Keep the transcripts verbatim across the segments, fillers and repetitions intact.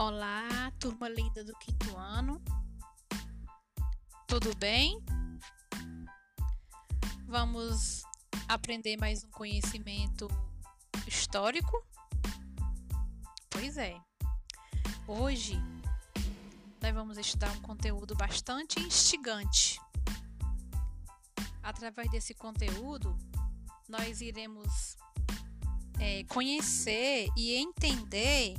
Olá, turma linda do quinto ano, tudo bem? Vamos aprender mais um conhecimento histórico? Pois é, hoje nós vamos estudar um conteúdo bastante instigante. Através desse conteúdo, nós iremos é, conhecer e entender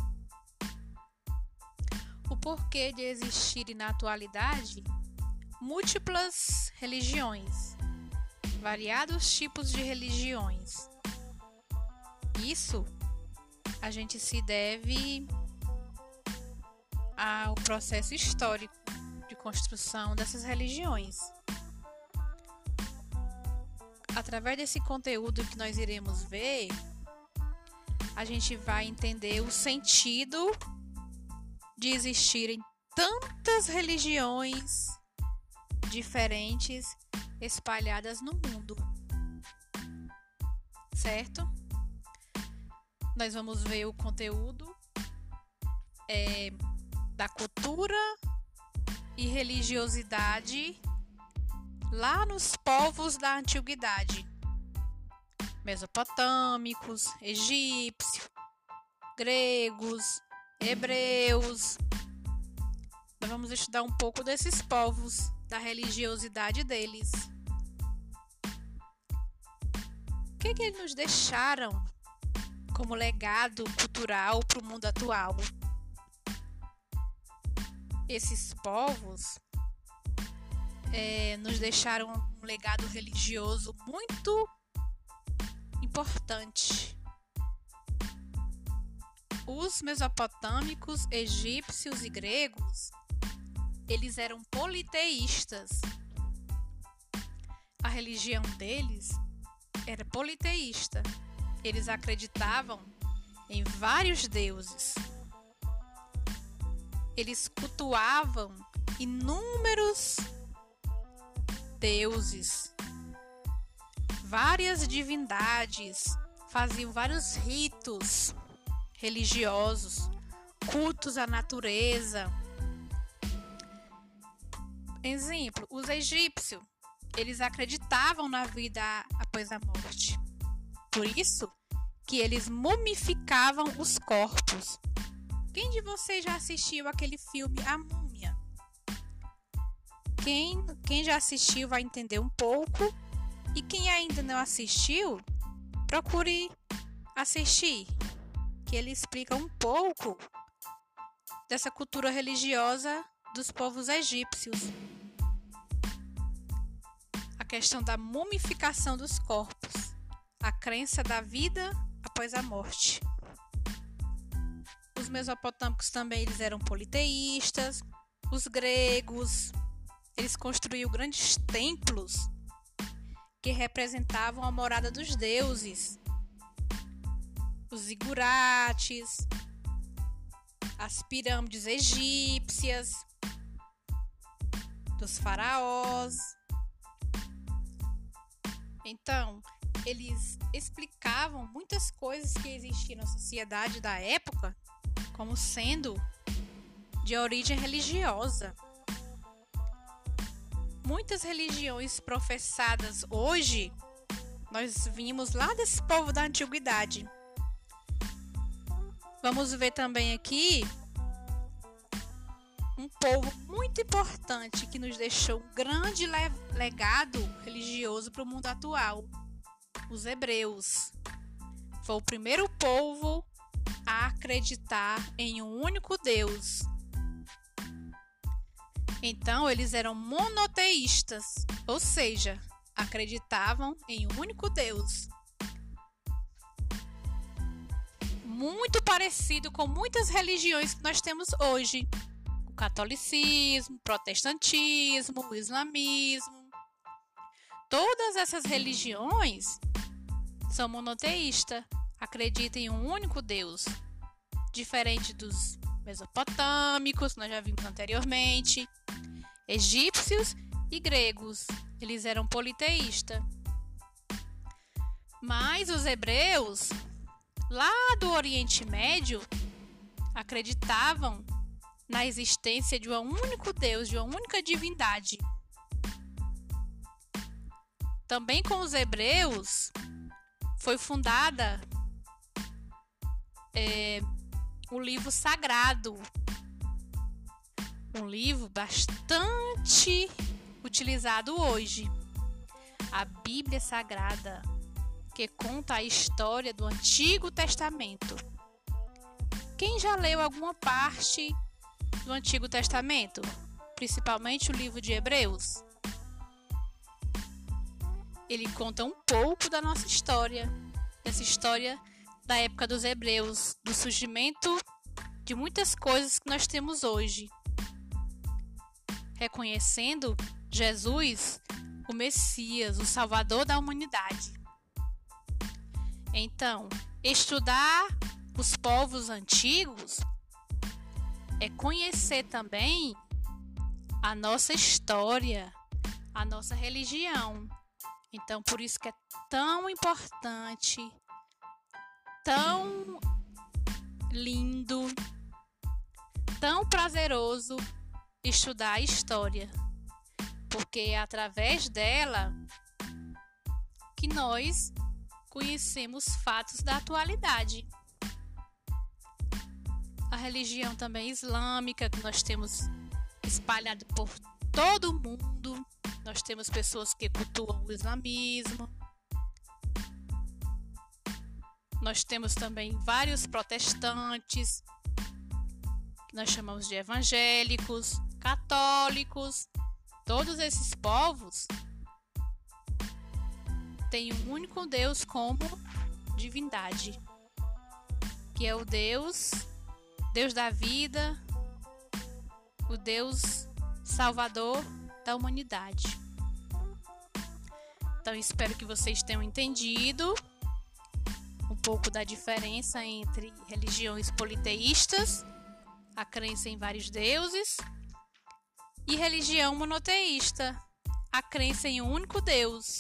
o porquê de existirem na atualidade múltiplas religiões, variados tipos de religiões. Isso a gente se deve ao processo histórico de construção dessas religiões. Através desse conteúdo que nós iremos ver, a gente vai entender o sentido de existirem tantas religiões diferentes espalhadas no mundo, certo? Nós vamos ver o conteúdo é, da cultura e religiosidade lá nos povos da antiguidade, mesopotâmicos, egípcios, gregos, hebreus. Nós vamos estudar um pouco desses povos, da religiosidade deles. O que, que eles nos deixaram como legado cultural para o mundo atual? Esses povos é, nos deixaram um legado religioso muito importante. Os mesopotâmicos, egípcios e gregos, eles eram politeístas. A religião deles era politeísta. Eles acreditavam em vários deuses. Eles cultuavam inúmeros deuses, várias divindades, faziam vários ritos religiosos, cultos à natureza. Exemplo, os egípcios, eles acreditavam na vida após a morte. Por isso que eles mumificavam os corpos. Quem de vocês já assistiu aquele filme A Múmia? Quem, quem já assistiu vai entender um pouco. E quem ainda não assistiu, procure assistir, que ele explica um pouco dessa cultura religiosa dos povos egípcios. A questão da mumificação dos corpos, a crença da vida após a morte. Os mesopotâmicos também eles eram politeístas. Os gregos, eles construíam grandes templos que representavam a morada dos deuses. Os zigurates, as pirâmides egípcias, dos faraós. Então, eles explicavam muitas coisas que existiam na sociedade da época como sendo de origem religiosa. Muitas religiões professadas hoje, nós vimos lá desse povo da antiguidade. Vamos ver também aqui um povo muito importante que nos deixou um grande legado religioso para o mundo atual. Os hebreus. Foi o primeiro povo a acreditar em um único Deus. Então, eles eram monoteístas, ou seja, acreditavam em um único Deus. Muito parecido com muitas religiões que nós temos hoje. O catolicismo, o protestantismo, o islamismo. Todas essas religiões são monoteístas, acreditam em um único Deus. Diferente dos mesopotâmicos, nós já vimos anteriormente, egípcios e gregos, eles eram politeístas. Mas os hebreus, lá do Oriente Médio, acreditavam na existência de um único Deus, de uma única divindade. Também com os hebreus foi fundada é, o livro sagrado, um livro bastante utilizado hoje, a Bíblia Sagrada, que conta a história do Antigo Testamento. Quem já leu alguma parte do Antigo Testamento, principalmente o livro de Hebreus? Ele conta um pouco da nossa história, essa história da época dos hebreus, do surgimento de muitas coisas que nós temos hoje, reconhecendo Jesus, o Messias, o Salvador da humanidade. Então, estudar os povos antigos é conhecer também a nossa história, a nossa religião. Então, por isso que é tão importante, tão lindo, tão prazeroso estudar a história, porque é através dela que nós conhecemos fatos da atualidade. A religião também islâmica, que nós temos espalhada por todo o mundo. Nós temos pessoas que cultuam o islamismo. Nós temos também vários protestantes, que nós chamamos de evangélicos, católicos. Todos esses povos têm um único Deus como divindade, que é o Deus, Deus da vida, o Deus Salvador da humanidade. Então, espero que vocês tenham entendido um pouco da diferença entre religiões politeístas, a crença em vários deuses, e religião monoteísta, a crença em um único Deus.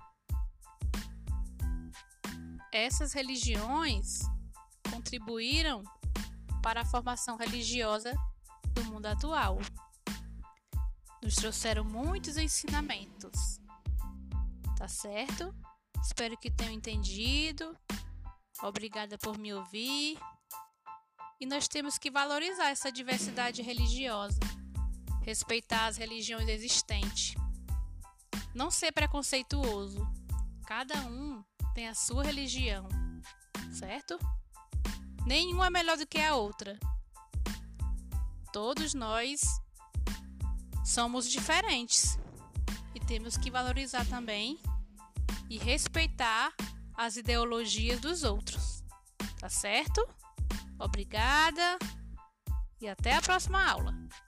Essas religiões contribuíram para a formação religiosa do mundo atual. Nos trouxeram muitos ensinamentos. Tá certo? Espero que tenham entendido. Obrigada por me ouvir. E nós temos que valorizar essa diversidade religiosa, respeitar as religiões existentes, não ser preconceituoso. Cada um tem a sua religião, certo? Nenhuma é melhor do que a outra. Todos nós somos diferentes e temos que valorizar também e respeitar as ideologias dos outros. Tá certo? Obrigada e até a próxima aula.